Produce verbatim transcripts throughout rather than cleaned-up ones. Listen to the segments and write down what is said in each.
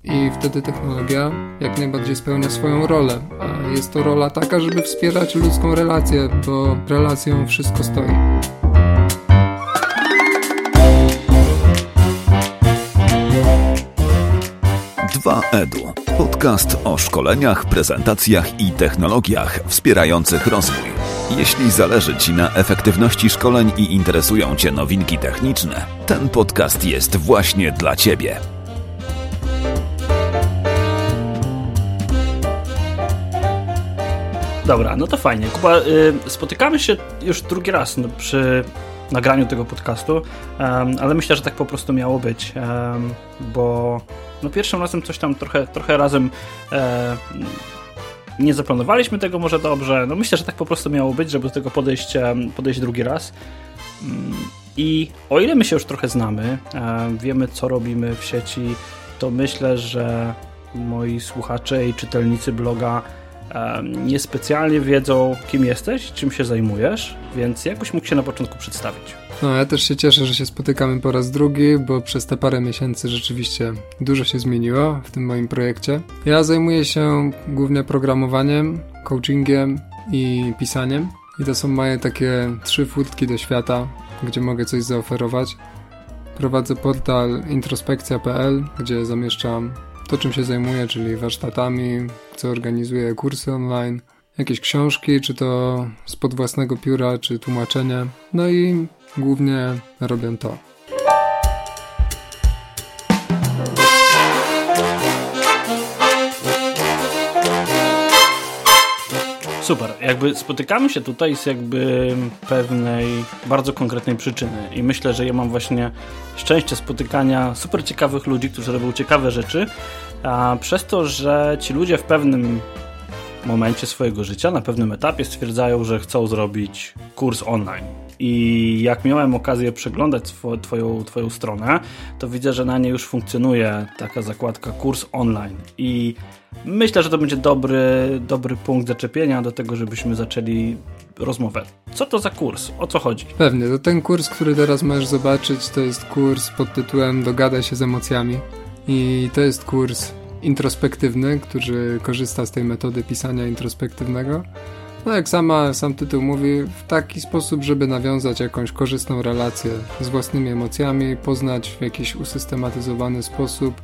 i wtedy technologia jak najbardziej spełnia swoją rolę. A jest to rola taka, żeby wspierać ludzką relację, bo relacją wszystko stoi. dwa Edu. Podcast o szkoleniach, prezentacjach i technologiach wspierających rozwój. Jeśli zależy Ci na efektywności szkoleń i interesują Cię nowinki techniczne, ten podcast jest właśnie dla Ciebie. Dobra, no to fajnie. Kuba, y, spotykamy się już drugi raz no, przy nagraniu tego podcastu, um, ale myślę, że tak po prostu miało być, um, bo no pierwszym razem coś tam trochę, trochę razem e, nie zaplanowaliśmy tego może dobrze. No myślę, że tak po prostu miało być, żeby do tego podejść, podejść drugi raz. I o ile my się już trochę znamy, e, wiemy co robimy w sieci, to myślę, że moi słuchacze i czytelnicy bloga e, niespecjalnie wiedzą, kim jesteś, czym się zajmujesz, więc jakbyś mógł się na początku przedstawić? No, ja też się cieszę, że się spotykamy po raz drugi, bo przez te parę miesięcy rzeczywiście dużo się zmieniło w tym moim projekcie. Ja zajmuję się głównie programowaniem, coachingiem i pisaniem. I to są moje takie trzy furtki do świata, gdzie mogę coś zaoferować. Prowadzę portal introspekcja kropka p l, gdzie zamieszczam to, czym się zajmuję, czyli warsztatami, co organizuję, kursy online, jakieś książki, czy to spod własnego pióra, czy tłumaczenie. No i głównie robię to. Super. Jakby spotykamy się tutaj z jakby pewnej bardzo konkretnej przyczyny i myślę, że ja mam właśnie szczęście spotykania super ciekawych ludzi, którzy robią ciekawe rzeczy, a przez to, że ci ludzie w pewnym momencie swojego życia, na pewnym etapie stwierdzają, że chcą zrobić kurs online. I jak miałem okazję przeglądać swo- twoją, twoją stronę, to widzę, że na niej już funkcjonuje taka zakładka kurs online. I myślę, że to będzie dobry, dobry punkt zaczepienia do tego, żebyśmy zaczęli rozmowę. Co to za kurs? O co chodzi? Pewnie, to ten kurs, który teraz możesz zobaczyć, to jest kurs pod tytułem Dogadaj się z emocjami. I to jest kurs introspektywny, który korzysta z tej metody pisania introspektywnego. No jak sama, sam tytuł mówi, w taki sposób, żeby nawiązać jakąś korzystną relację z własnymi emocjami, poznać w jakiś usystematyzowany sposób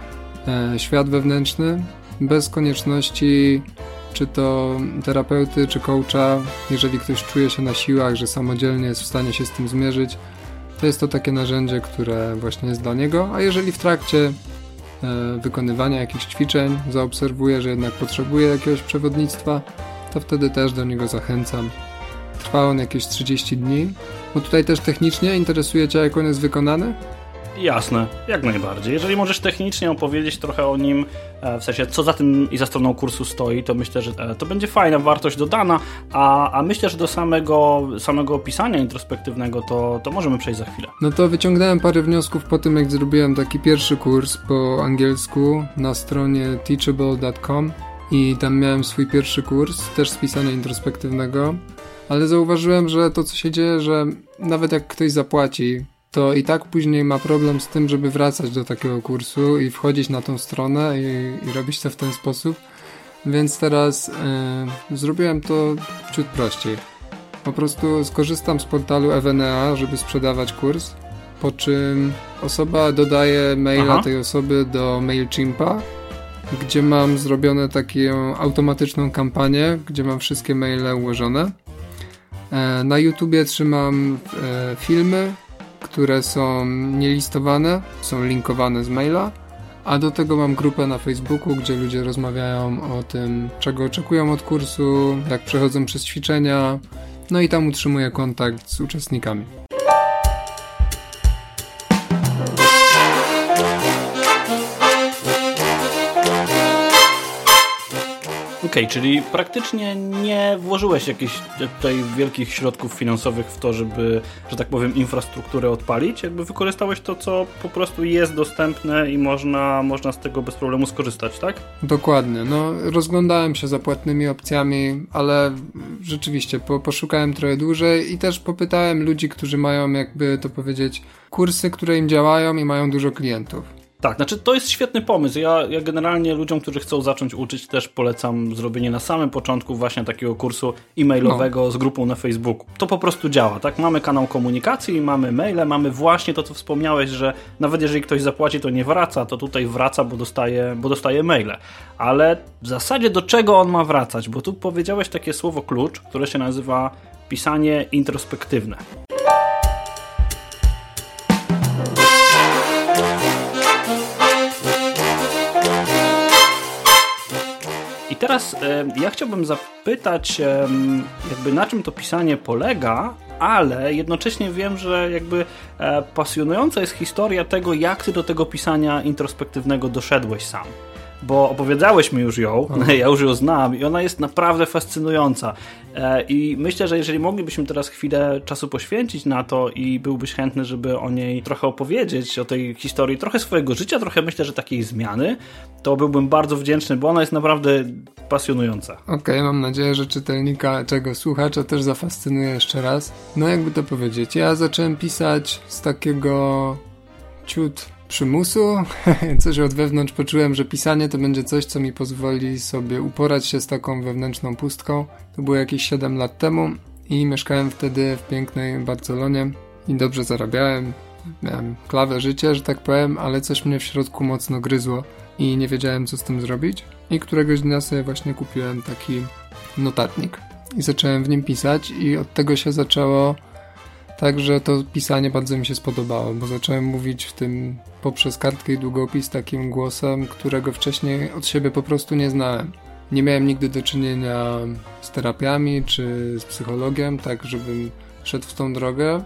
e, świat wewnętrzny, bez konieczności czy to terapeuty, czy coacha. Jeżeli ktoś czuje się na siłach, że samodzielnie jest w stanie się z tym zmierzyć, to jest to takie narzędzie, które właśnie jest dla niego, a jeżeli w trakcie e, wykonywania jakichś ćwiczeń zaobserwuje, że jednak potrzebuje jakiegoś przewodnictwa, to wtedy też do niego zachęcam. Trwa on jakieś trzydzieści dni. Bo tutaj też technicznie interesuje Cię, jak on jest wykonany? Jasne, jak najbardziej. Jeżeli możesz technicznie opowiedzieć trochę o nim, w sensie co za tym i za stroną kursu stoi, to myślę, że to będzie fajna wartość dodana, a, a myślę, że do samego, samego opisania introspektywnego to, to możemy przejść za chwilę. No to wyciągnąłem parę wniosków po tym, jak zrobiłem taki pierwszy kurs po angielsku na stronie teachable kropka com. I tam miałem swój pierwszy kurs, też z pisania introspektywnego, ale zauważyłem, że to co się dzieje, że nawet jak ktoś zapłaci, to i tak później ma problem z tym, żeby wracać do takiego kursu i wchodzić na tą stronę i, i robić to w ten sposób, więc teraz yy, zrobiłem to ciut prościej. Po prostu skorzystam z portalu Evenea, żeby sprzedawać kurs, po czym osoba dodaje maila Aha. tej osoby do MailChimpa, gdzie mam zrobione taką automatyczną kampanię, gdzie mam wszystkie maile ułożone. Na YouTubie trzymam filmy, które są nielistowane, są linkowane z maila, a do tego mam grupę na Facebooku, gdzie ludzie rozmawiają o tym, czego oczekują od kursu, jak przechodzą przez ćwiczenia, no i tam utrzymuję kontakt z uczestnikami. Okej, okay, czyli praktycznie nie włożyłeś jakichś tutaj wielkich środków finansowych w to, żeby, że tak powiem, infrastrukturę odpalić. Jakby wykorzystałeś to, co po prostu jest dostępne i można, można z tego bez problemu skorzystać, tak? Dokładnie. No, rozglądałem się za płatnymi opcjami, ale rzeczywiście po, poszukałem trochę dłużej i też popytałem ludzi, którzy mają, jakby to powiedzieć, kursy, które im działają i mają dużo klientów. Tak, znaczy to jest świetny pomysł. Ja, ja generalnie ludziom, którzy chcą zacząć uczyć, też polecam zrobienie na samym początku właśnie takiego kursu e-mailowego no. z grupą na Facebooku. To po prostu działa, tak? Mamy kanał komunikacji, mamy maile, mamy właśnie to, co wspomniałeś, że nawet jeżeli ktoś zapłaci, to nie wraca, to tutaj wraca, bo dostaje, bo dostaje maile. Ale w zasadzie do czego on ma wracać? Bo tu powiedziałeś takie słowo klucz, które się nazywa pisanie introspektywne. I teraz e, ja chciałbym zapytać, e, jakby na czym to pisanie polega, ale jednocześnie wiem, że jakby e, pasjonująca jest historia tego, jak ty do tego pisania introspektywnego doszedłeś sam. Bo opowiedziałeś mi już ją, oh. ja już ją znam i ona jest naprawdę fascynująca. E, I myślę, że jeżeli moglibyśmy teraz chwilę czasu poświęcić na to i byłbyś chętny, żeby o niej trochę opowiedzieć, o tej historii, trochę swojego życia, trochę myślę, że takiej zmiany, to byłbym bardzo wdzięczny, bo ona jest naprawdę pasjonująca. Okej, okay, mam nadzieję, że czytelnika, czego słuchacza też zafascynuje jeszcze raz. No jakby to powiedzieć, ja zacząłem pisać z takiego ciut przymusu, coś od wewnątrz poczułem, że pisanie to będzie coś, co mi pozwoli sobie uporać się z taką wewnętrzną pustką. To było jakieś siedem lat temu i mieszkałem wtedy w pięknej Barcelonie i dobrze zarabiałem, miałem klawe życie, że tak powiem, ale coś mnie w środku mocno gryzło i nie wiedziałem, co z tym zrobić. I któregoś dnia sobie właśnie kupiłem taki notatnik i zacząłem w nim pisać i od tego się zaczęło. Także to pisanie bardzo mi się spodobało, bo zacząłem mówić w tym poprzez kartkę i długopis takim głosem, którego wcześniej od siebie po prostu nie znałem. Nie miałem nigdy do czynienia z terapiami czy z psychologiem, tak żebym szedł w tą drogę,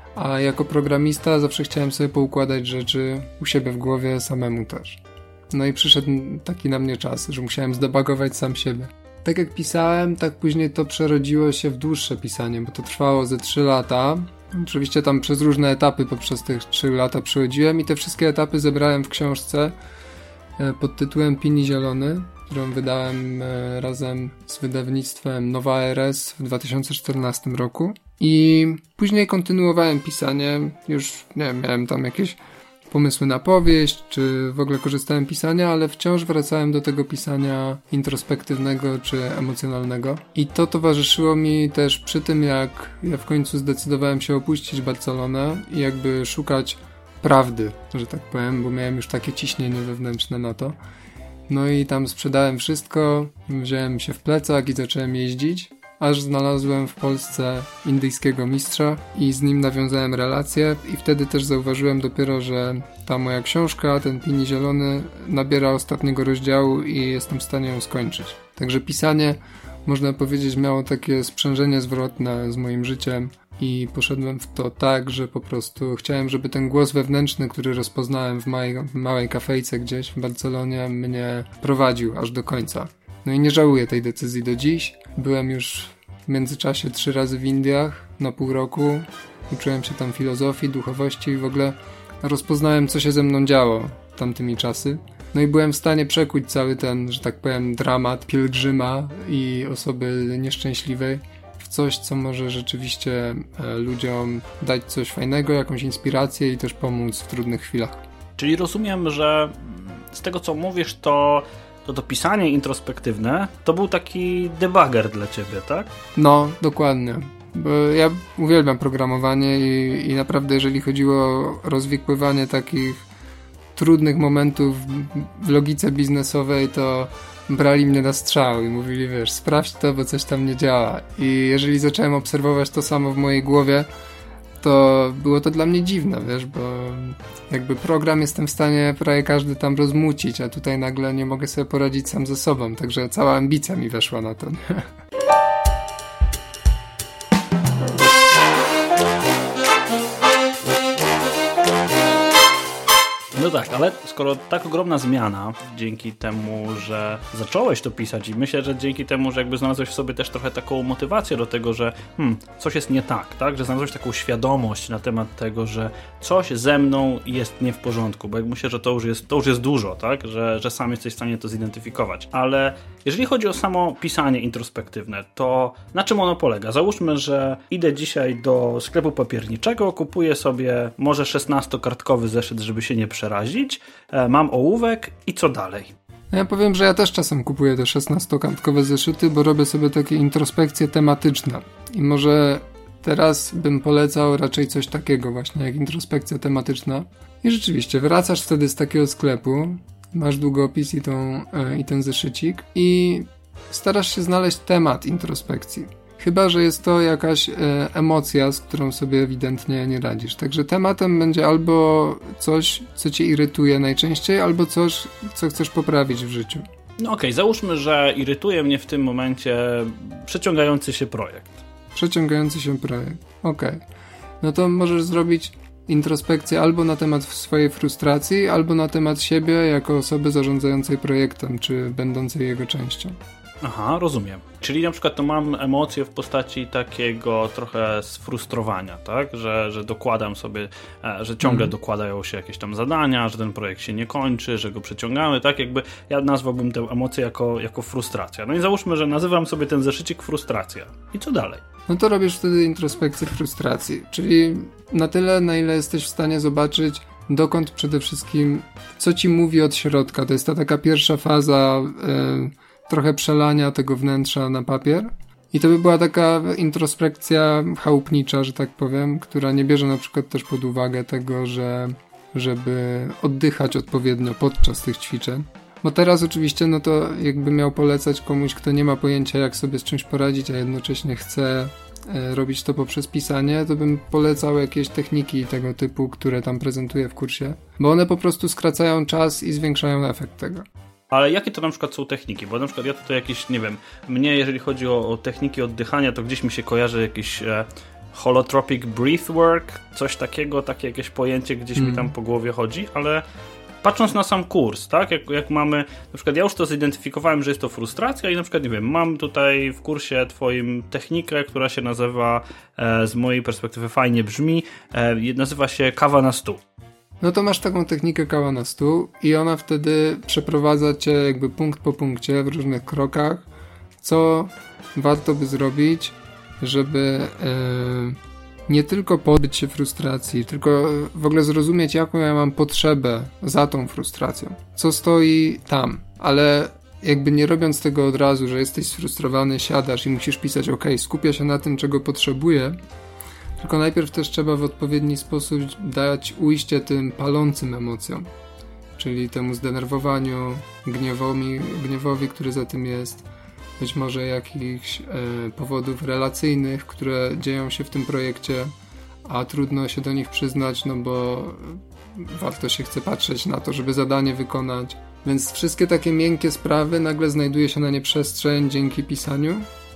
a jako programista zawsze chciałem sobie poukładać rzeczy u siebie w głowie samemu też. No i przyszedł taki na mnie czas, że musiałem zdebugować sam siebie. Tak jak pisałem, tak później to przerodziło się w dłuższe pisanie, bo to trwało ze trzy lata. Oczywiście tam przez różne etapy poprzez tych trzy lata przechodziłem i te wszystkie etapy zebrałem w książce pod tytułem Pini Zielony, którą wydałem razem z wydawnictwem Nowa R S w dwa tysiące czternastym roku. I później kontynuowałem pisanie, już nie wiem, miałem tam jakieś pomysły na powieść, czy w ogóle korzystałem z pisania, ale wciąż wracałem do tego pisania introspektywnego czy emocjonalnego. I to towarzyszyło mi też przy tym, jak ja w końcu zdecydowałem się opuścić Barcelonę i jakby szukać prawdy, że tak powiem, bo miałem już takie ciśnienie wewnętrzne na to. No i tam sprzedałem wszystko, wziąłem się w plecak i zacząłem jeździć, aż znalazłem w Polsce indyjskiego mistrza i z nim nawiązałem relację i wtedy też zauważyłem dopiero, że ta moja książka, ten Pini Zielony, nabiera ostatniego rozdziału i jestem w stanie ją skończyć. Także pisanie, można powiedzieć, miało takie sprzężenie zwrotne z moim życiem i poszedłem w to tak, że po prostu chciałem, żeby ten głos wewnętrzny, który rozpoznałem w małej, w małej kafejce gdzieś w Barcelonie, mnie prowadził aż do końca. No i nie żałuję tej decyzji do dziś. Byłem już w międzyczasie trzy razy w Indiach na pół roku. Uczyłem się tam filozofii, duchowości i w ogóle rozpoznałem, co się ze mną działo tamtymi czasy. No i byłem w stanie przekuć cały ten, że tak powiem, dramat pielgrzyma i osoby nieszczęśliwej w coś, co może rzeczywiście ludziom dać coś fajnego, jakąś inspirację i też pomóc w trudnych chwilach. Czyli rozumiem, że z tego, co mówisz, to to to pisanie introspektywne to był taki debugger dla ciebie, tak? No, dokładnie. Bo ja uwielbiam programowanie i, i naprawdę jeżeli chodziło o rozwikływanie takich trudnych momentów w logice biznesowej, to brali mnie na strzał i mówili, wiesz, sprawdź to, bo coś tam nie działa. I jeżeli zacząłem obserwować to samo w mojej głowie, to było to dla mnie dziwne, wiesz, bo jakby program jestem w stanie prawie każdy tam rozmucić, a tutaj nagle nie mogę sobie poradzić sam ze sobą, także cała ambicja mi weszła na to. No tak, ale skoro tak ogromna zmiana dzięki temu, że zacząłeś to pisać i myślę, że dzięki temu, że jakby znalazłeś w sobie też trochę taką motywację do tego, że hmm, coś jest nie tak, tak, że znalazłeś taką świadomość na temat tego, że coś ze mną jest nie w porządku, bo jak myślę, że to już jest, to już jest dużo, tak, że, że sam jesteś w stanie to zidentyfikować, ale jeżeli chodzi o samo pisanie introspektywne, to na czym ono polega? Załóżmy, że idę dzisiaj do sklepu papierniczego, kupuję sobie może szesnastokartkowy zeszyt, żeby się nie przerazić, wyrazić, mam ołówek i co dalej? Ja powiem, że ja też czasem kupuję te szesnastokartkowe zeszyty, bo robię sobie takie introspekcje tematyczne. I może teraz bym polecał raczej coś takiego właśnie jak introspekcja tematyczna. I rzeczywiście wracasz wtedy z takiego sklepu, masz długopis i, tą, i ten zeszycik i starasz się znaleźć temat introspekcji. Chyba że jest to jakaś e, emocja, z którą sobie ewidentnie nie radzisz. Także tematem będzie albo coś, co cię irytuje najczęściej, albo coś, co chcesz poprawić w życiu. No okej, okay, załóżmy, że irytuje mnie w tym momencie przeciągający się projekt. Przeciągający się projekt, okej. Okay. No to możesz zrobić introspekcję albo na temat swojej frustracji, albo na temat siebie jako osoby zarządzającej projektem, czy będącej jego częścią. Aha, rozumiem. Czyli na przykład to mam emocje w postaci takiego trochę sfrustrowania, tak? Że, że dokładam sobie, że ciągle mm. dokładają się jakieś tam zadania, że ten projekt się nie kończy, że go przeciągamy, tak? Jakby ja nazwałbym tę emocję jako, jako frustracja. No i załóżmy, że nazywam sobie ten zeszycik frustracja. I co dalej? No to robisz wtedy introspekcję frustracji, czyli na tyle, na ile jesteś w stanie zobaczyć, dokąd przede wszystkim, co ci mówi od środka. To jest ta taka pierwsza faza yy, trochę przelania tego wnętrza na papier. I to by była taka introspekcja chałupnicza, że tak powiem, która nie bierze na przykład też pod uwagę tego, że żeby oddychać odpowiednio podczas tych ćwiczeń. Bo teraz oczywiście, no to jakby miał polecać komuś, kto nie ma pojęcia, jak sobie z czymś poradzić, a jednocześnie chce e, robić to poprzez pisanie, to bym polecał jakieś techniki tego typu, które tam prezentuję w kursie, bo one po prostu skracają czas i zwiększają efekt tego. Ale jakie to na przykład są techniki? Bo na przykład ja tutaj jakieś, nie wiem, mnie jeżeli chodzi o, o techniki oddychania, to gdzieś mi się kojarzy jakiś e, holotropic breathwork, coś takiego, takie jakieś pojęcie gdzieś mm. mi tam po głowie chodzi, ale patrząc na sam kurs, tak, jak, jak mamy, na przykład ja już to zidentyfikowałem, że jest to frustracja i na przykład, nie wiem, mam tutaj w kursie twoim technikę, która się nazywa, e, z mojej perspektywy fajnie brzmi, e, nazywa się kawa na stół. No to masz taką technikę kawa na stół i ona wtedy przeprowadza cię jakby punkt po punkcie w różnych krokach, co warto by zrobić, żeby e, nie tylko pozbyć się frustracji, tylko w ogóle zrozumieć, jaką ja mam potrzebę za tą frustracją, co stoi tam, ale jakby nie robiąc tego od razu, że jesteś sfrustrowany, siadasz i musisz pisać, ok, skupia się na tym, czego potrzebuję, tylko najpierw też trzeba w odpowiedni sposób dać ujście tym palącym emocjom, czyli temu zdenerwowaniu, gniewowi, gniewowi, który za tym jest, być może jakichś e, powodów relacyjnych, które dzieją się w tym projekcie, a trudno się do nich przyznać, no bo warto się chce patrzeć na to, żeby zadanie wykonać. Więc wszystkie takie miękkie sprawy nagle znajduje się na nie przestrzeń dzięki pisaniu,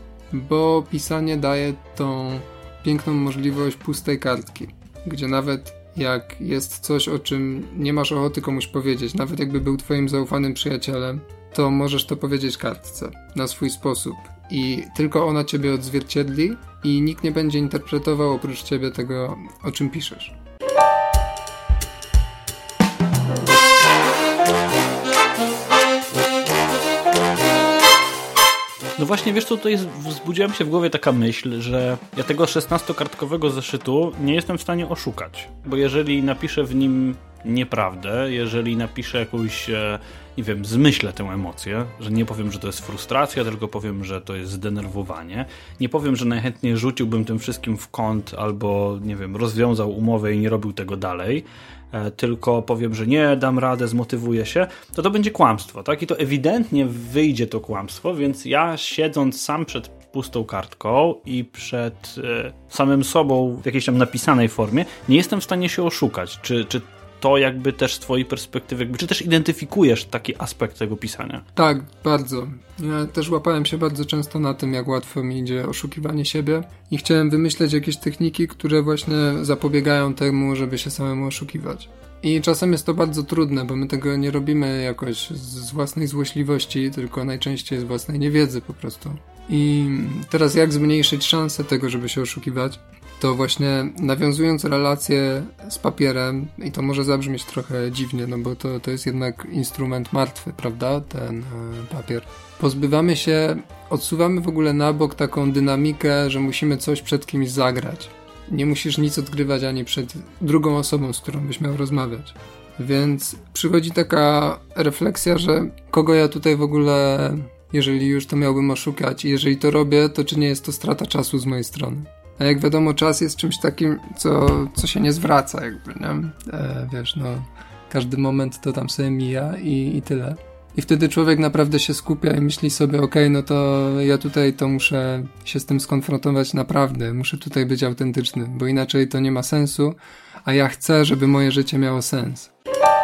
bo pisanie daje tą piękną możliwość pustej kartki, gdzie nawet jak jest coś, o czym nie masz ochoty komuś powiedzieć, nawet jakby był twoim zaufanym przyjacielem, to możesz to powiedzieć kartce na swój sposób i tylko ona ciebie odzwierciedli i nikt nie będzie interpretował oprócz ciebie tego, o czym piszesz. No właśnie, wiesz co, tutaj wzbudziła mi się w głowie taka myśl, że ja tego szesnastokartkowego zeszytu nie jestem w stanie oszukać, bo jeżeli napiszę w nim nieprawdę, jeżeli napiszę jakąś, nie wiem, zmyślę tę emocję, że nie powiem, że to jest frustracja, tylko powiem, że to jest zdenerwowanie, nie powiem, że najchętniej rzuciłbym tym wszystkim w kąt albo, nie wiem, rozwiązał umowę i nie robił tego dalej, tylko powiem, że nie, dam radę, zmotywuję się, to to będzie kłamstwo, tak? I to ewidentnie wyjdzie to kłamstwo, więc ja siedząc sam przed pustą kartką i przed e, samym sobą w jakiejś tam napisanej formie, nie jestem w stanie się oszukać. Czy, czy to jakby też z twojej perspektywy, jakby, czy też identyfikujesz taki aspekt tego pisania? Tak, bardzo. Ja też łapałem się bardzo często na tym, jak łatwo mi idzie oszukiwanie siebie i chciałem wymyśleć jakieś techniki, które właśnie zapobiegają temu, żeby się samemu oszukiwać. I czasem jest to bardzo trudne, bo my tego nie robimy jakoś z własnej złośliwości, tylko najczęściej z własnej niewiedzy po prostu. I teraz jak zmniejszyć szansę tego, żeby się oszukiwać? To właśnie nawiązując relacje z papierem, i to może zabrzmieć trochę dziwnie, no bo to, to jest jednak instrument martwy, prawda, ten e, papier. Pozbywamy się, odsuwamy w ogóle na bok taką dynamikę, że musimy coś przed kimś zagrać. Nie musisz nic odgrywać ani przed drugą osobą, z którą byś miał rozmawiać. Więc przychodzi taka refleksja, że kogo ja tutaj w ogóle, jeżeli już to miałbym oszukać i jeżeli to robię, to czy nie jest to strata czasu z mojej strony. A jak wiadomo, czas jest czymś takim, co, co się nie zwraca jakby, nie? E, wiesz, no, każdy moment to tam sobie mija i, i tyle. I wtedy człowiek naprawdę się skupia i myśli sobie, okej, okay, no to ja tutaj to muszę się z tym skonfrontować naprawdę, muszę tutaj być autentyczny, bo inaczej to nie ma sensu, a ja chcę, żeby moje życie miało sens.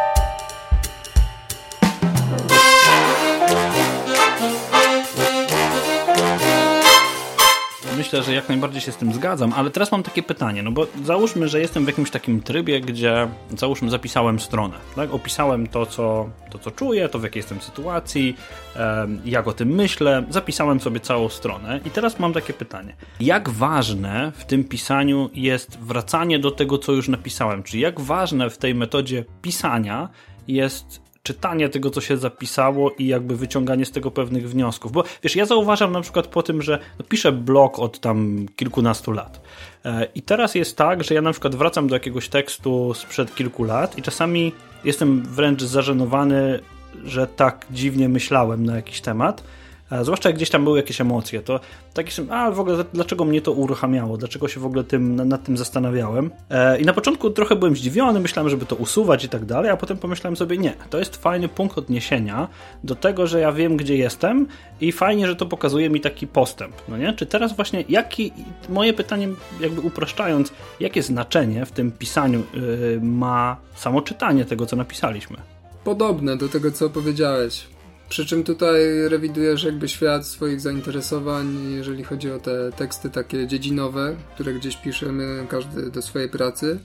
Myślę, że jak najbardziej się z tym zgadzam, ale teraz mam takie pytanie, no bo załóżmy, że jestem w jakimś takim trybie, gdzie załóżmy zapisałem stronę, tak? Opisałem to co, to, co czuję, to w jakiej jestem sytuacji, um, jak o tym myślę, zapisałem sobie całą stronę i teraz mam takie pytanie. Jak ważne w tym pisaniu jest wracanie do tego, co już napisałem? Czyli jak ważne w tej metodzie pisania jest czytanie tego, co się zapisało i jakby wyciąganie z tego pewnych wniosków. Bo wiesz, ja zauważam na przykład po tym, że no, piszę blog od tam kilkunastu lat. E, I teraz jest tak, że ja na przykład wracam do jakiegoś tekstu sprzed kilku lat i czasami jestem wręcz zażenowany, że tak dziwnie myślałem na jakiś temat. E, zwłaszcza jak gdzieś tam były jakieś emocje, to tak jestem, a w ogóle dlaczego mnie to uruchamiało, dlaczego się w ogóle tym, nad tym zastanawiałem. E, I na początku trochę byłem zdziwiony, myślałem, żeby to usuwać i tak dalej, a potem pomyślałem sobie, nie, to jest fajny punkt odniesienia do tego, że ja wiem, gdzie jestem i fajnie, że to pokazuje mi taki postęp, no nie? Czy teraz właśnie, jaki, moje pytanie jakby upraszczając, jakie znaczenie w tym pisaniu yy, ma samo czytanie tego, co napisaliśmy? Podobne do tego, co powiedziałeś. Przy czym tutaj rewidujesz jakby świat swoich zainteresowań, jeżeli chodzi o te teksty takie dziedzinowe, które gdzieś piszemy każdy do swojej pracy.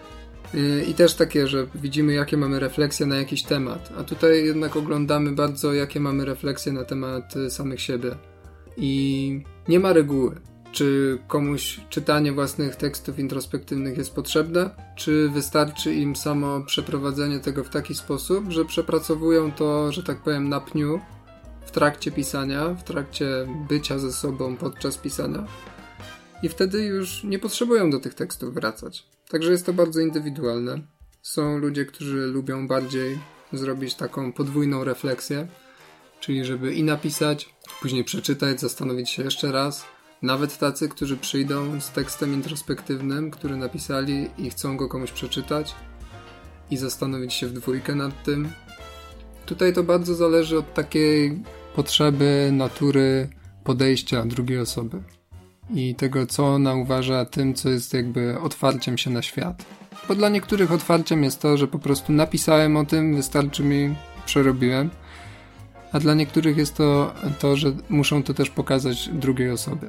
I też takie, że widzimy, jakie mamy refleksje na jakiś temat. A tutaj jednak oglądamy bardzo, jakie mamy refleksje na temat samych siebie. I nie ma reguły, czy komuś czytanie własnych tekstów introspektywnych jest potrzebne, czy wystarczy im samo przeprowadzenie tego w taki sposób, że przepracowują to, że tak powiem, na pniu w trakcie pisania, w trakcie bycia ze sobą podczas pisania i wtedy już nie potrzebują do tych tekstów wracać. Także jest to bardzo indywidualne. Są ludzie, którzy lubią bardziej zrobić taką podwójną refleksję, czyli żeby i napisać, później przeczytać, zastanowić się jeszcze raz. Nawet tacy, którzy przyjdą z tekstem introspektywnym, który napisali i chcą go komuś przeczytać i zastanowić się w dwójkę nad tym. Tutaj to bardzo zależy od takiej potrzeby, natury podejścia drugiej osoby i tego, co ona uważa tym, co jest jakby otwarciem się na świat. Bo dla niektórych otwarciem jest to, że po prostu napisałem o tym, wystarczy mi, przerobiłem. A dla niektórych jest to to, że muszą to też pokazać drugiej osobie.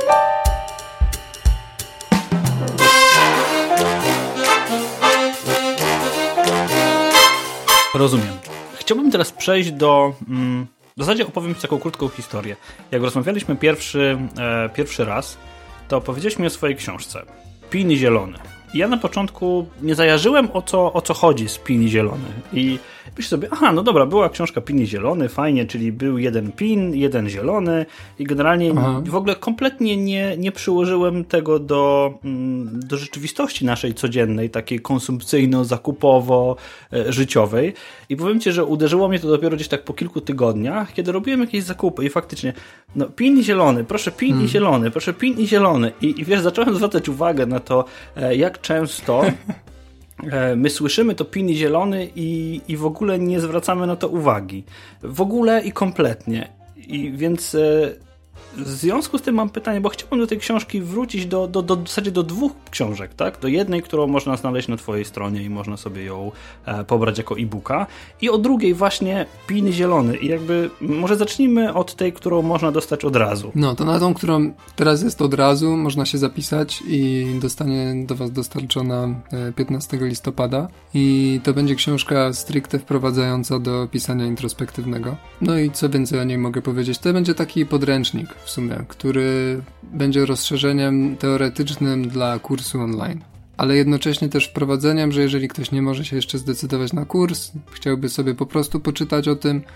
Rozumiem. Chciałbym teraz przejść do... Mm, w zasadzie opowiem ci taką krótką historię. Jak rozmawialiśmy pierwszy, e, pierwszy raz, to opowiedzieliśmy o swojej książce. Pin zielony. I ja na początku nie zajarzyłem, o co, o co chodzi z pin zielony. I myślę sobie, aha, no dobra, była książka pin zielony, fajnie, czyli był jeden pin, jeden zielony i generalnie aha. w ogóle kompletnie nie, nie przyłożyłem tego do, do rzeczywistości naszej codziennej, takiej konsumpcyjno-zakupowo-życiowej. I powiem ci, że uderzyło mnie to dopiero gdzieś tak po kilku tygodniach, kiedy robiłem jakieś zakupy i faktycznie, no pin zielony, proszę pin hmm. i zielony, proszę pin i zielony. I, i wiesz, zacząłem zwracać uwagę na to, jak często my słyszymy to pin zielony i, i w ogóle nie zwracamy na to uwagi. W ogóle i kompletnie. I więc w związku z tym mam pytanie, bo chciałbym do tej książki wrócić do, do, do, w zasadzie do dwóch książek, tak? Do jednej, którą można znaleźć na twojej stronie i można sobie ją e, pobrać jako e-booka i o drugiej właśnie pin zielony i jakby może zacznijmy od tej, którą można dostać od razu. No, to na tą, którą teraz jest od razu, można się zapisać i dostanie do was dostarczona piętnastego listopada i to będzie książka stricte wprowadzająca do pisania introspektywnego. No i co więcej o niej mogę powiedzieć? To będzie taki podręcznik w sumie, który będzie rozszerzeniem teoretycznym dla kursu online, ale jednocześnie też wprowadzeniem, że jeżeli ktoś nie może się jeszcze zdecydować na kurs, chciałby sobie po prostu poczytać o tym,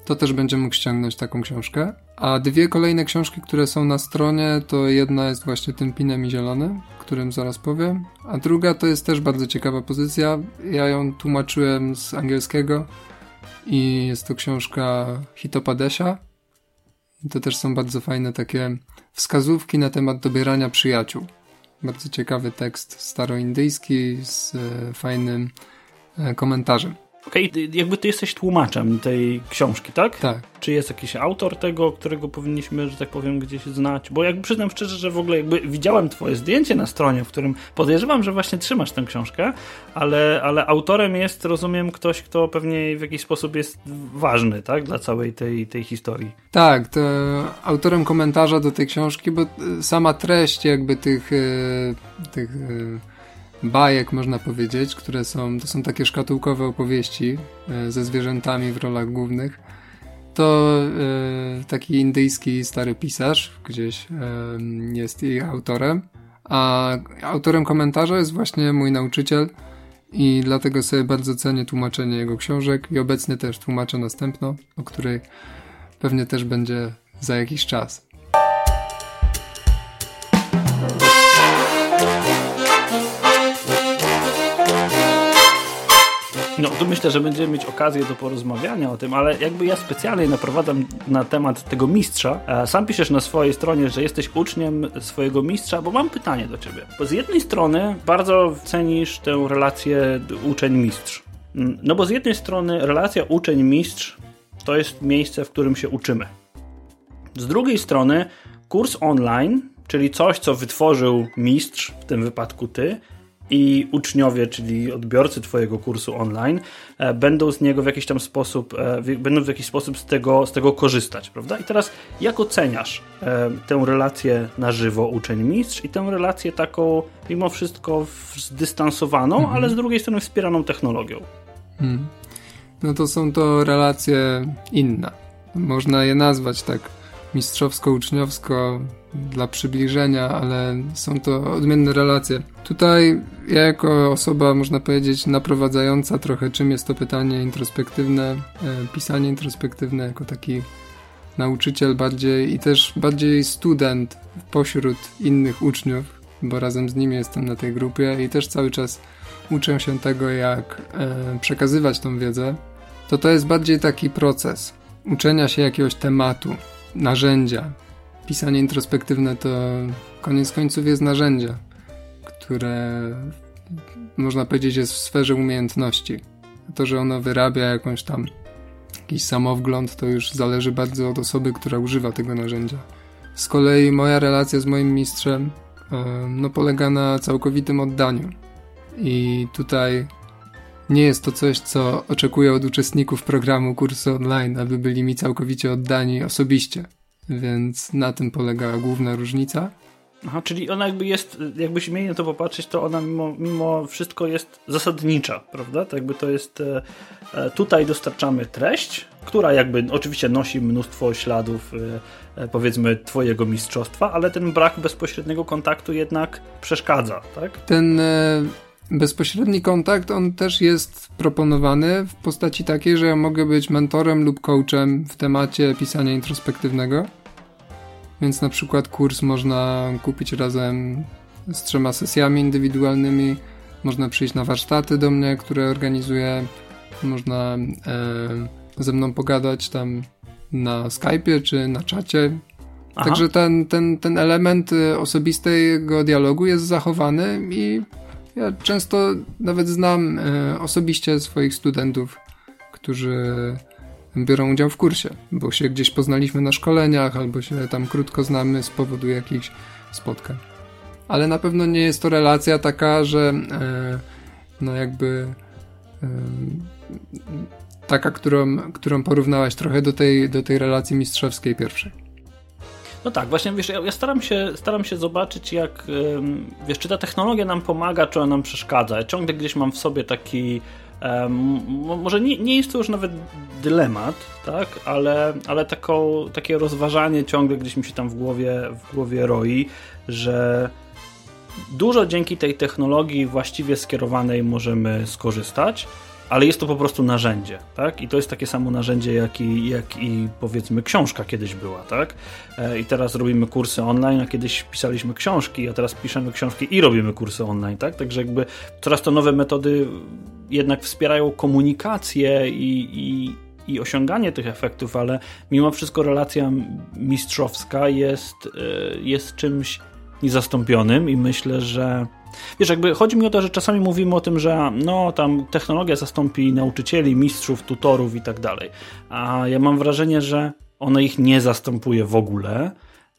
to też będzie mógł ściągnąć taką książkę. A dwie kolejne książki, które są na stronie, to jedna jest właśnie Tym pinem i zielony, o którym zaraz powiem, a druga to jest też bardzo ciekawa pozycja. Ja ją tłumaczyłem z angielskiego i jest to książka Hitopadesia. I to też są bardzo fajne takie wskazówki na temat dobierania przyjaciół. Bardzo ciekawy tekst staroindyjski z e, fajnym e, komentarzem. Okej, okay, jakby ty jesteś tłumaczem tej książki, tak? Tak. Czy jest jakiś autor tego, którego powinniśmy, że tak powiem, gdzieś znać? Bo jakby przyznam szczerze, że w ogóle jakby widziałem twoje zdjęcie na stronie, w którym podejrzewam, że właśnie trzymasz tę książkę, ale, ale autorem jest, rozumiem, ktoś, kto pewnie w jakiś sposób jest ważny, tak? Dla całej tej, tej historii. Tak, to autorem komentarza do tej książki, bo sama treść jakby tych, tych bajek, można powiedzieć, które są, to są takie szkatułkowe opowieści ze zwierzętami w rolach głównych. To e, taki indyjski stary pisarz gdzieś e, jest jej autorem, a autorem komentarza jest właśnie mój nauczyciel i dlatego sobie bardzo cenię tłumaczenie jego książek i obecnie też tłumaczę następną, o której pewnie też będzie za jakiś czas. No, tu myślę, że będziemy mieć okazję do porozmawiania o tym, ale jakby ja specjalnie naprowadzam na temat tego mistrza. Sam piszesz na swojej stronie, że jesteś uczniem swojego mistrza, bo mam pytanie do ciebie. Bo z jednej strony bardzo cenisz tę relację uczeń-mistrz. No bo z jednej strony relacja uczeń-mistrz to jest miejsce, w którym się uczymy. Z drugiej strony kurs online, czyli coś, co wytworzył mistrz, w tym wypadku ty, i uczniowie, czyli odbiorcy twojego kursu online, e, będą z niego w jakiś tam sposób, e, w, będą w jakiś sposób z tego, z tego korzystać, prawda? I teraz jak oceniasz e, tę relację na żywo uczeń-mistrz i tę relację taką mimo wszystko zdystansowaną, mhm. ale z drugiej strony wspieraną technologią? Hmm. No to są to relacje inne. Można je nazwać tak mistrzowsko-uczniowsko dla przybliżenia, ale są to odmienne relacje. Tutaj ja jako osoba, można powiedzieć, naprowadzająca trochę, czym jest to pytanie introspektywne, e, pisanie introspektywne, jako taki nauczyciel bardziej i też bardziej student pośród innych uczniów, bo razem z nimi jestem na tej grupie i też cały czas uczę się tego, jak e, przekazywać tą wiedzę, to to jest bardziej taki proces uczenia się jakiegoś tematu, narzędzia. Pisanie introspektywne to koniec końców jest narzędzie, które można powiedzieć jest w sferze umiejętności. To, że ono wyrabia jakąś tam jakiś samowgląd, to już zależy bardzo od osoby, która używa tego narzędzia. Z kolei moja relacja z moim mistrzem no, polega na całkowitym oddaniu. I tutaj nie jest to coś, co oczekuję od uczestników programu kursu online, aby byli mi całkowicie oddani osobiście. Więc na tym polega główna różnica. Aha, czyli ona jakby jest, jakby śmielnie na to popatrzeć, to ona mimo, mimo wszystko jest zasadnicza, prawda? To jakby to jest, e, tutaj dostarczamy treść, która jakby oczywiście nosi mnóstwo śladów, e, powiedzmy, twojego mistrzostwa, ale ten brak bezpośredniego kontaktu jednak przeszkadza, tak? Ten e, bezpośredni kontakt, on też jest proponowany w postaci takiej, że ja mogę być mentorem lub coachem w temacie pisania introspektywnego. Więc na przykład kurs można kupić razem z trzema sesjami indywidualnymi, można przyjść na warsztaty do mnie, które organizuję, można e, ze mną pogadać tam na Skype'ie czy na czacie. Aha. Także ten, ten, ten element osobistego dialogu jest zachowany i ja często nawet znam e, osobiście swoich studentów, którzy biorą udział w kursie, bo się gdzieś poznaliśmy na szkoleniach, albo się tam krótko znamy z powodu jakichś spotkań. Ale na pewno nie jest to relacja taka, że e, no jakby e, taka, którą, którą porównałaś trochę do tej, do tej relacji mistrzowskiej pierwszej. No tak, właśnie wiesz, ja, ja staram się staram się zobaczyć, jak wiesz, czy ta technologia nam pomaga, czy ona nam przeszkadza. Ja ciągle gdzieś mam w sobie taki Um, może nie, nie jest to już nawet dylemat, tak, ale, ale taką, takie rozważanie ciągle gdzieś mi się tam w głowie, w głowie roi, że dużo dzięki tej technologii właściwie skierowanej możemy skorzystać, ale jest to po prostu narzędzie, tak? I to jest takie samo narzędzie, jak i, jak i powiedzmy książka kiedyś była, tak? I teraz robimy kursy online, a kiedyś pisaliśmy książki, a teraz piszemy książki i robimy kursy online, tak? Także jakby coraz to nowe metody jednak wspierają komunikację i, i, i osiąganie tych efektów, ale mimo wszystko relacja mistrzowska jest, jest czymś niezastąpionym i myślę, że wiesz, jakby chodzi mi o to, że czasami mówimy o tym, że no tam technologia zastąpi nauczycieli, mistrzów, tutorów i tak dalej, a ja mam wrażenie, że ona ich nie zastępuje w ogóle,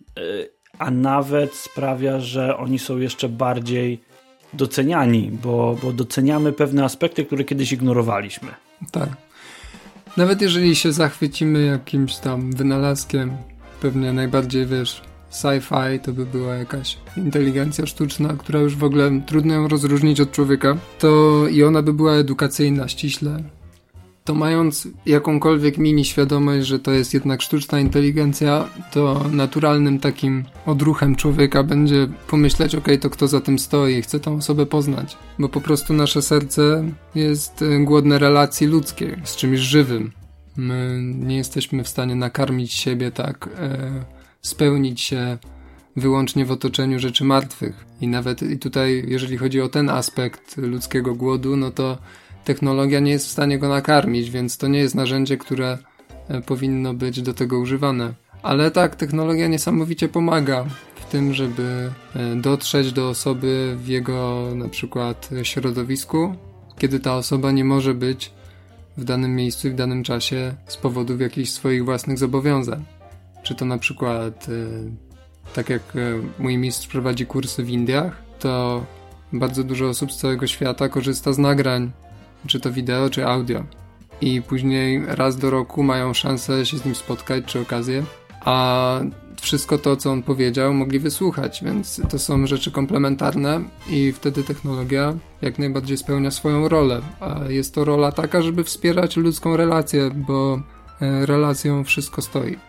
a nawet sprawia, że oni są jeszcze bardziej doceniani, bo, bo doceniamy pewne aspekty, które kiedyś ignorowaliśmy. Tak. Nawet jeżeli się zachwycimy jakimś tam wynalazkiem, pewnie najbardziej, wiesz, sci-fi, to by była jakaś inteligencja sztuczna, która już w ogóle trudno ją rozróżnić od człowieka, to i ona by była edukacyjna ściśle, to mając jakąkolwiek mini świadomość, że to jest jednak sztuczna inteligencja, to naturalnym takim odruchem człowieka będzie pomyśleć, okej, okay, to kto za tym stoi, chcę tą osobę poznać, bo po prostu nasze serce jest głodne relacji ludzkiej, z czymś żywym. My nie jesteśmy w stanie nakarmić siebie tak, e, spełnić się wyłącznie w otoczeniu rzeczy martwych. I nawet i tutaj, jeżeli chodzi o ten aspekt ludzkiego głodu, no to technologia nie jest w stanie go nakarmić, więc to nie jest narzędzie, które powinno być do tego używane. Ale tak, technologia niesamowicie pomaga w tym, żeby dotrzeć do osoby w jego na przykład środowisku, kiedy ta osoba nie może być w danym miejscu i w danym czasie z powodów jakichś swoich własnych zobowiązań. Czy to na przykład tak jak mój mistrz prowadzi kursy w Indiach, to bardzo dużo osób z całego świata korzysta z nagrań, czy to wideo, czy audio. I później raz do roku mają szansę się z nim spotkać, czy okazję, a wszystko to, co on powiedział, mogli wysłuchać, więc to są rzeczy komplementarne i wtedy technologia jak najbardziej spełnia swoją rolę. A jest to rola taka, żeby wspierać ludzką relację, bo relacją wszystko stoi.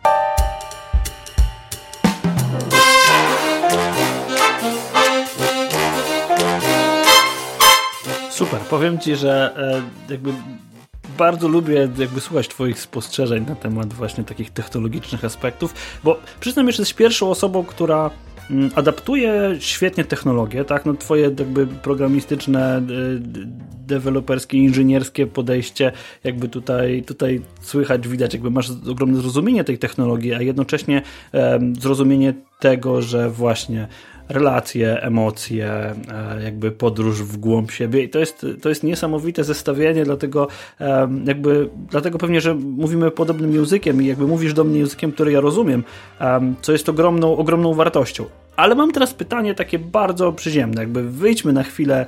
Super, powiem Ci, że e, jakby bardzo lubię jakby słuchać Twoich spostrzeżeń na temat właśnie takich technologicznych aspektów, bo przyznam, że jesteś pierwszą osobą, która m, adaptuje świetnie technologię, tak? No Twoje jakby programistyczne, deweloperskie, inżynierskie podejście jakby tutaj, tutaj słychać, widać, jakby masz ogromne zrozumienie tej technologii, a jednocześnie e, zrozumienie tego, że właśnie relacje, emocje, jakby podróż w głąb siebie i to jest, to jest niesamowite zestawienie, dlatego jakby, dlatego pewnie, że mówimy podobnym językiem i jakby mówisz do mnie językiem, który ja rozumiem, co jest ogromną, ogromną wartością. Ale mam teraz pytanie takie bardzo przyziemne, jakby wyjdźmy na chwilę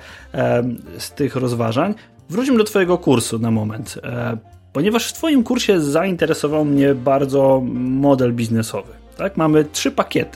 z tych rozważań, wróćmy do Twojego kursu na moment, ponieważ w Twoim kursie zainteresował mnie bardzo model biznesowy. Tak? Mamy trzy pakiety.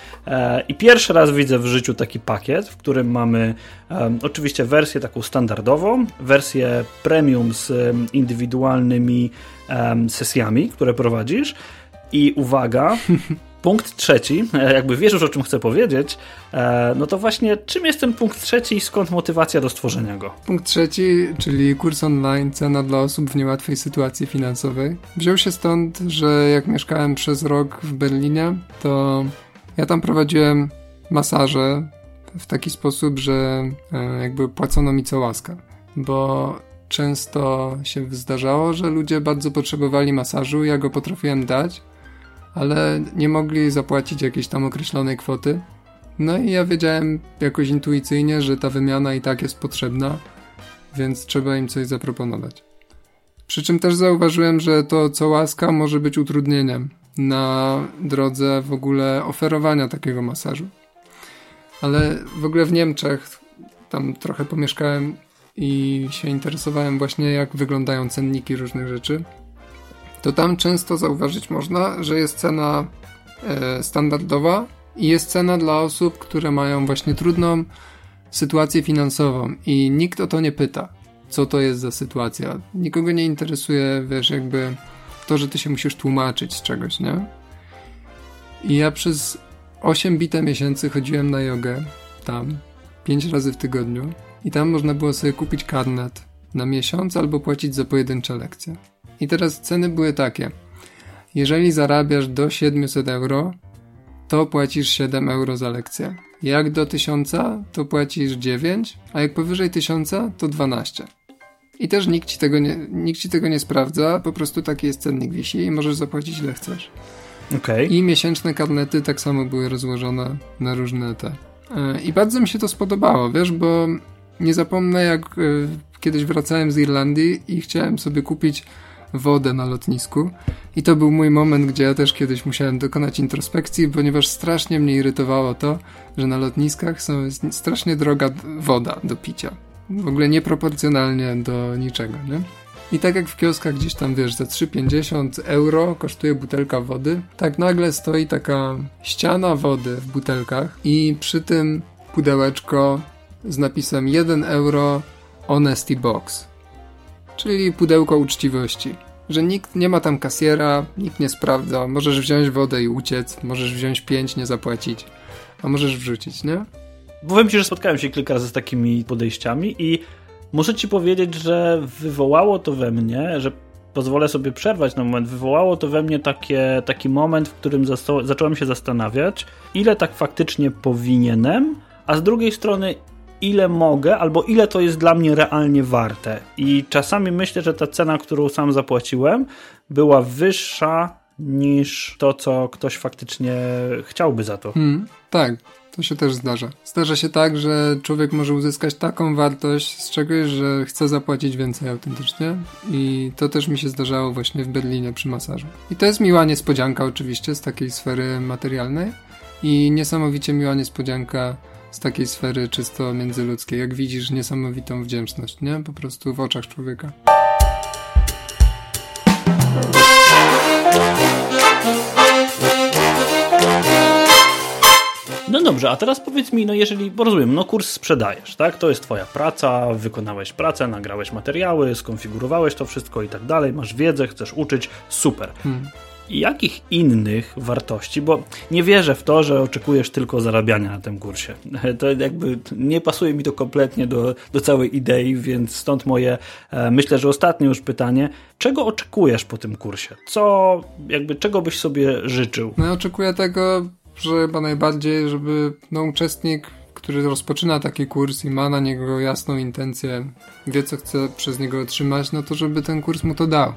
I pierwszy raz widzę w życiu taki pakiet, w którym mamy um, oczywiście wersję taką standardową, wersję premium z um, indywidualnymi um, sesjami, które prowadzisz i uwaga, punkt trzeci, jakby wiesz już o czym chcę powiedzieć, e, no to właśnie czym jest ten punkt trzeci i skąd motywacja do stworzenia go? Punkt trzeci, czyli kurs online, cena dla osób w niełatwej sytuacji finansowej, wziął się stąd, że jak mieszkałem przez rok w Berlinie, to ja tam prowadziłem masaże w taki sposób, że jakby płacono mi co łaska, bo często się zdarzało, że ludzie bardzo potrzebowali masażu, ja go potrafiłem dać, ale nie mogli zapłacić jakiejś tam określonej kwoty. No i ja wiedziałem jakoś intuicyjnie, że ta wymiana i tak jest potrzebna, więc trzeba im coś zaproponować. Przy czym też zauważyłem, że to co łaska może być utrudnieniem na drodze w ogóle oferowania takiego masażu. Ale w ogóle w Niemczech tam trochę pomieszkałem i się interesowałem właśnie jak wyglądają cenniki różnych rzeczy. To tam często zauważyć można, że jest cena e, standardowa i jest cena dla osób, które mają właśnie trudną sytuację finansową i nikt o to nie pyta, co to jest za sytuacja. Nikogo nie interesuje, wiesz, jakby to, że ty się musisz tłumaczyć z czegoś, nie? I ja przez osiem bite miesięcy chodziłem na jogę tam, pięć razy w tygodniu i tam można było sobie kupić karnet na miesiąc albo płacić za pojedyncze lekcje. I teraz ceny były takie. Jeżeli zarabiasz do siedemset euro, to płacisz siedem euro za lekcję. Jak do tysiąca, to płacisz dziewięć, a jak powyżej tysiąca, to dwanaście. I też nikt ci tego nie, nikt ci tego nie sprawdza, po prostu taki jest cennik wisi i możesz zapłacić ile chcesz. Okay. I miesięczne karnety tak samo były rozłożone na różne te. I bardzo mi się to spodobało, wiesz, bo nie zapomnę, jak kiedyś wracałem z Irlandii i chciałem sobie kupić wodę na lotnisku i to był mój moment, gdzie ja też kiedyś musiałem dokonać introspekcji, ponieważ strasznie mnie irytowało to, że na lotniskach są, jest strasznie droga woda do picia. W ogóle nieproporcjonalnie do niczego, nie? I tak jak w kioskach gdzieś tam, wiesz, za trzy pięćdziesiąt euro kosztuje butelka wody, tak nagle stoi taka ściana wody w butelkach i przy tym pudełeczko z napisem jeden euro honesty box, czyli pudełko uczciwości, że nikt nie ma tam kasjera, nikt nie sprawdza, możesz wziąć wodę i uciec, możesz wziąć pięć, nie zapłacić, a możesz wrzucić, nie? Powiem ci, że spotkałem się kilka razy z takimi podejściami i muszę ci powiedzieć, że wywołało to we mnie, że pozwolę sobie przerwać na moment, wywołało to we mnie takie, taki moment, w którym zasto- zacząłem się zastanawiać, ile tak faktycznie powinienem, a z drugiej strony ile mogę, albo ile to jest dla mnie realnie warte. I czasami myślę, że ta cena, którą sam zapłaciłem, była wyższa niż to, co ktoś faktycznie chciałby za to. Hmm, tak. To się też zdarza. Zdarza się tak, że człowiek może uzyskać taką wartość z czegoś, że chce zapłacić więcej autentycznie i to też mi się zdarzało właśnie w Berlinie przy masażu. I to jest miła niespodzianka oczywiście z takiej sfery materialnej i niesamowicie miła niespodzianka z takiej sfery czysto międzyludzkiej. Jak widzisz niesamowitą wdzięczność, nie? Po prostu w oczach człowieka. No dobrze, a teraz powiedz mi, no jeżeli, bo rozumiem, no kurs sprzedajesz, tak? To jest twoja praca, wykonałeś pracę, nagrałeś materiały, skonfigurowałeś to wszystko i tak dalej, masz wiedzę, chcesz uczyć, super. Hmm. I jakich innych wartości, bo nie wierzę w to, że oczekujesz tylko zarabiania na tym kursie. To jakby nie pasuje mi to kompletnie do, do całej idei, więc stąd moje, e, myślę, że ostatnie już pytanie. Czego oczekujesz po tym kursie? Co, jakby, czego byś sobie życzył? No ja oczekuję tego, że chyba najbardziej, żeby no, uczestnik, który rozpoczyna taki kurs i ma na niego jasną intencję, wie co chce przez niego otrzymać, no to żeby ten kurs mu to dał.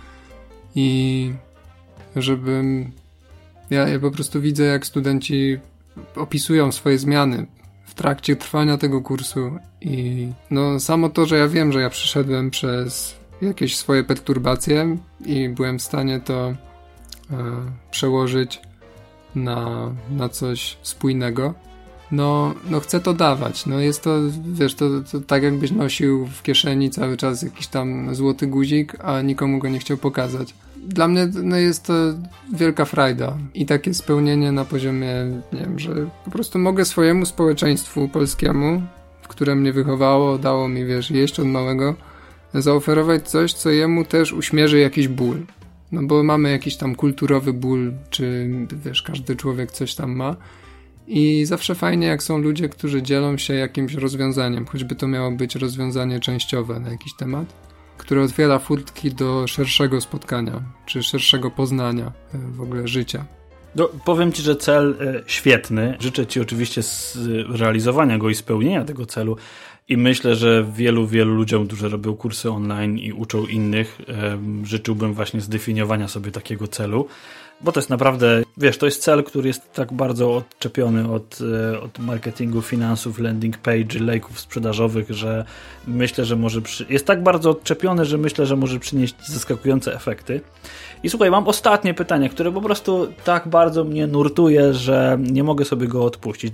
I żebym... Ja, ja po prostu widzę, jak studenci opisują swoje zmiany w trakcie trwania tego kursu i no samo to, że ja wiem, że ja przeszedłem przez jakieś swoje perturbacje i byłem w stanie to e, przełożyć na, na coś spójnego, no, no chcę to dawać. No jest to, wiesz, to, to tak jakbyś nosił w kieszeni cały czas jakiś tam złoty guzik, a nikomu go nie chciał pokazać. Dla mnie no jest to wielka frajda i takie spełnienie na poziomie, nie wiem, że po prostu mogę swojemu społeczeństwu polskiemu, które mnie wychowało, dało mi, wiesz, jeść od małego, zaoferować coś, co jemu też uśmierzy jakiś ból. No bo mamy jakiś tam kulturowy ból, czy wiesz, każdy człowiek coś tam ma i zawsze fajnie, jak są ludzie, którzy dzielą się jakimś rozwiązaniem, choćby to miało być rozwiązanie częściowe na jakiś temat, które otwiera furtki do szerszego spotkania, czy szerszego poznania w ogóle życia. No, powiem ci, że cel e, świetny. Życzę ci oczywiście zrealizowania go i spełnienia tego celu. I myślę, że wielu, wielu ludziom, którzy robią kursy online i uczą innych, e, życzyłbym właśnie zdefiniowania sobie takiego celu. Bo to jest naprawdę, wiesz, to jest cel, który jest tak bardzo odczepiony od, od marketingu, finansów, landing page, lejków sprzedażowych, że myślę, że może przy... jest tak bardzo odczepiony, że myślę, że może przynieść zaskakujące efekty. I słuchaj, mam ostatnie pytanie, które po prostu tak bardzo mnie nurtuje, że nie mogę sobie go odpuścić.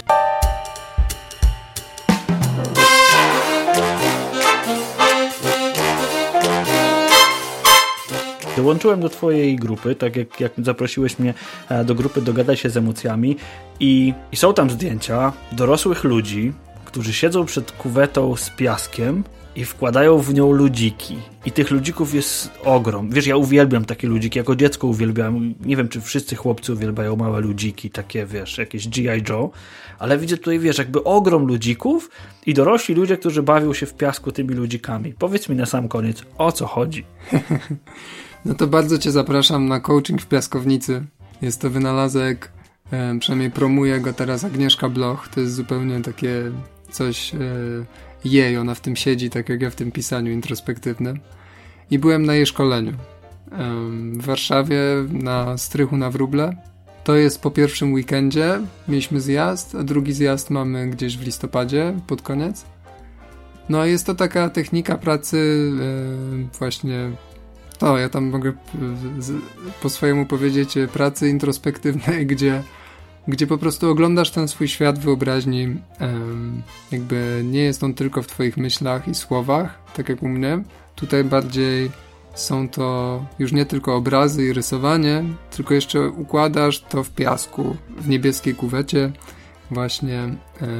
Dołączyłem do twojej grupy, tak jak, jak zaprosiłeś mnie do grupy Dogadaj się z emocjami i, i są tam zdjęcia dorosłych ludzi, którzy siedzą przed kuwetą z piaskiem i wkładają w nią ludziki. I tych ludzików jest ogrom. Wiesz, ja uwielbiam takie ludziki. Jako dziecko uwielbiam. Nie wiem, czy wszyscy chłopcy uwielbiają małe ludziki, takie, wiesz, jakieś G I Joe. Ale widzę tutaj, wiesz, jakby ogrom ludzików i dorośli ludzie, którzy bawią się w piasku tymi ludzikami. Powiedz mi na sam koniec, o co chodzi? No to bardzo cię zapraszam na coaching w piaskownicy. Jest to wynalazek, e, przynajmniej promuje go teraz Agnieszka Bloch. To jest zupełnie takie coś... E, jej, ona w tym siedzi, tak jak ja w tym pisaniu introspektywnym. I byłem na jej szkoleniu w Warszawie, na strychu na Wróble. To jest po pierwszym weekendzie, mieliśmy zjazd, a drugi zjazd mamy gdzieś w listopadzie, pod koniec. No jest to taka technika pracy właśnie, to ja tam mogę po swojemu powiedzieć, pracy introspektywnej, gdzie gdzie po prostu oglądasz ten swój świat wyobraźni, jakby nie jest on tylko w twoich myślach i słowach, tak jak u mnie. Tutaj bardziej są to już nie tylko obrazy i rysowanie, tylko jeszcze układasz to w piasku, w niebieskiej kuwecie, właśnie e,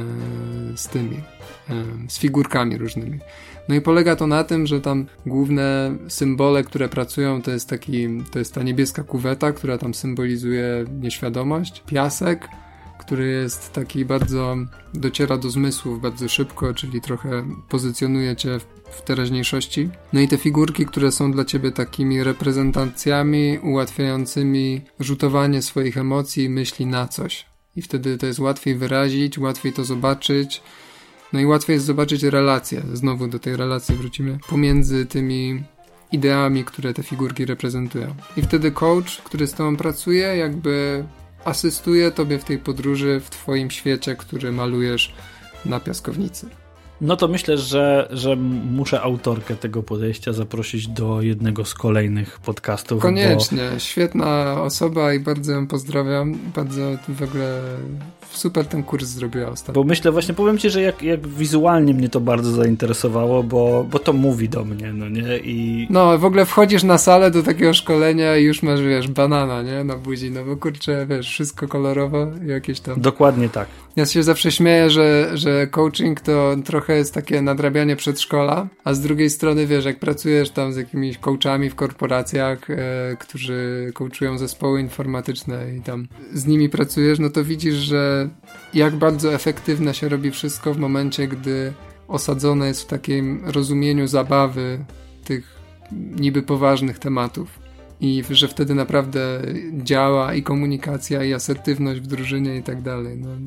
z tymi, e, z figurkami różnymi. No i polega to na tym, że tam główne symbole, które pracują, to jest taki, to jest ta niebieska kuweta, która tam symbolizuje nieświadomość, piasek, który jest taki bardzo, dociera do zmysłów bardzo szybko, czyli trochę pozycjonuje cię w, w teraźniejszości. No i te figurki, które są dla ciebie takimi reprezentacjami ułatwiającymi rzutowanie swoich emocji i myśli na coś. I wtedy to jest łatwiej wyrazić, łatwiej to zobaczyć. No i łatwiej jest zobaczyć relacje, znowu do tej relacji wrócimy, pomiędzy tymi ideami, które te figurki reprezentują. I wtedy coach, który z tobą pracuje, jakby asystuje tobie w tej podróży, w twoim świecie, który malujesz na piaskownicy. No to myślę, że, że muszę autorkę tego podejścia zaprosić do jednego z kolejnych podcastów. Koniecznie, bo... świetna osoba i bardzo ją pozdrawiam. Bardzo w ogóle super ten kurs zrobiła ostatnio. Bo myślę, właśnie powiem ci, że jak, jak wizualnie mnie to bardzo zainteresowało, bo, bo to mówi do mnie, no nie? I... No w ogóle wchodzisz na salę do takiego szkolenia i już masz, wiesz, banana, nie? Na buzi, no bo kurczę, wiesz, wszystko kolorowo, jakieś tam... Dokładnie tak. Ja się zawsze śmieję, że, że coaching to trochę jest takie nadrabianie przedszkola, a z drugiej strony, wiesz, jak pracujesz tam z jakimiś coachami w korporacjach, e, którzy coachują zespoły informatyczne i tam z nimi pracujesz, no to widzisz, że jak bardzo efektywne się robi wszystko w momencie, gdy osadzone jest w takim rozumieniu zabawy tych niby poważnych tematów. I że wtedy naprawdę działa i komunikacja, i asertywność w drużynie i tak dalej. No,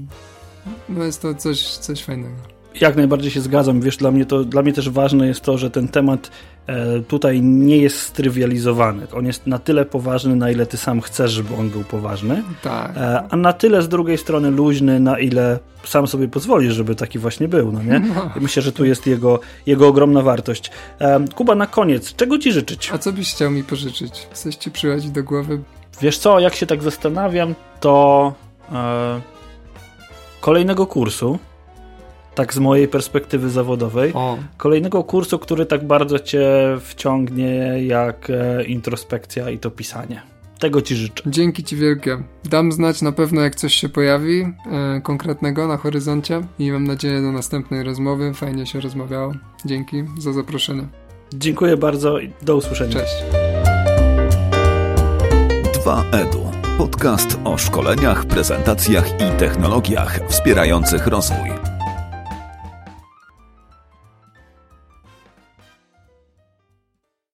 no jest to coś, coś fajnego. Jak najbardziej się zgadzam. Wiesz, dla mnie, to, dla mnie też ważne jest to, że ten temat e, tutaj nie jest strywializowany. On jest na tyle poważny, na ile ty sam chcesz, żeby on był poważny. Tak. E, a na tyle z drugiej strony luźny, na ile sam sobie pozwolisz, żeby taki właśnie był. No nie? No. Myślę, że tu jest jego, jego ogromna wartość. E, Kuba, na koniec, czego ci życzyć? A co byś chciał mi pożyczyć? Coś ci przychodzi do głowy? Wiesz co, jak się tak zastanawiam, to e, kolejnego kursu, tak z mojej perspektywy zawodowej, o. kolejnego kursu, który tak bardzo cię wciągnie jak e, introspekcja i to pisanie. Tego ci życzę. Dzięki ci wielkie. Dam znać na pewno, jak coś się pojawi e, konkretnego na horyzoncie i mam nadzieję do następnej rozmowy. Fajnie się rozmawiało. Dzięki za zaproszenie. Dziękuję bardzo i do usłyszenia. Cześć. dwa edu. Podcast o szkoleniach, prezentacjach i technologiach wspierających rozwój.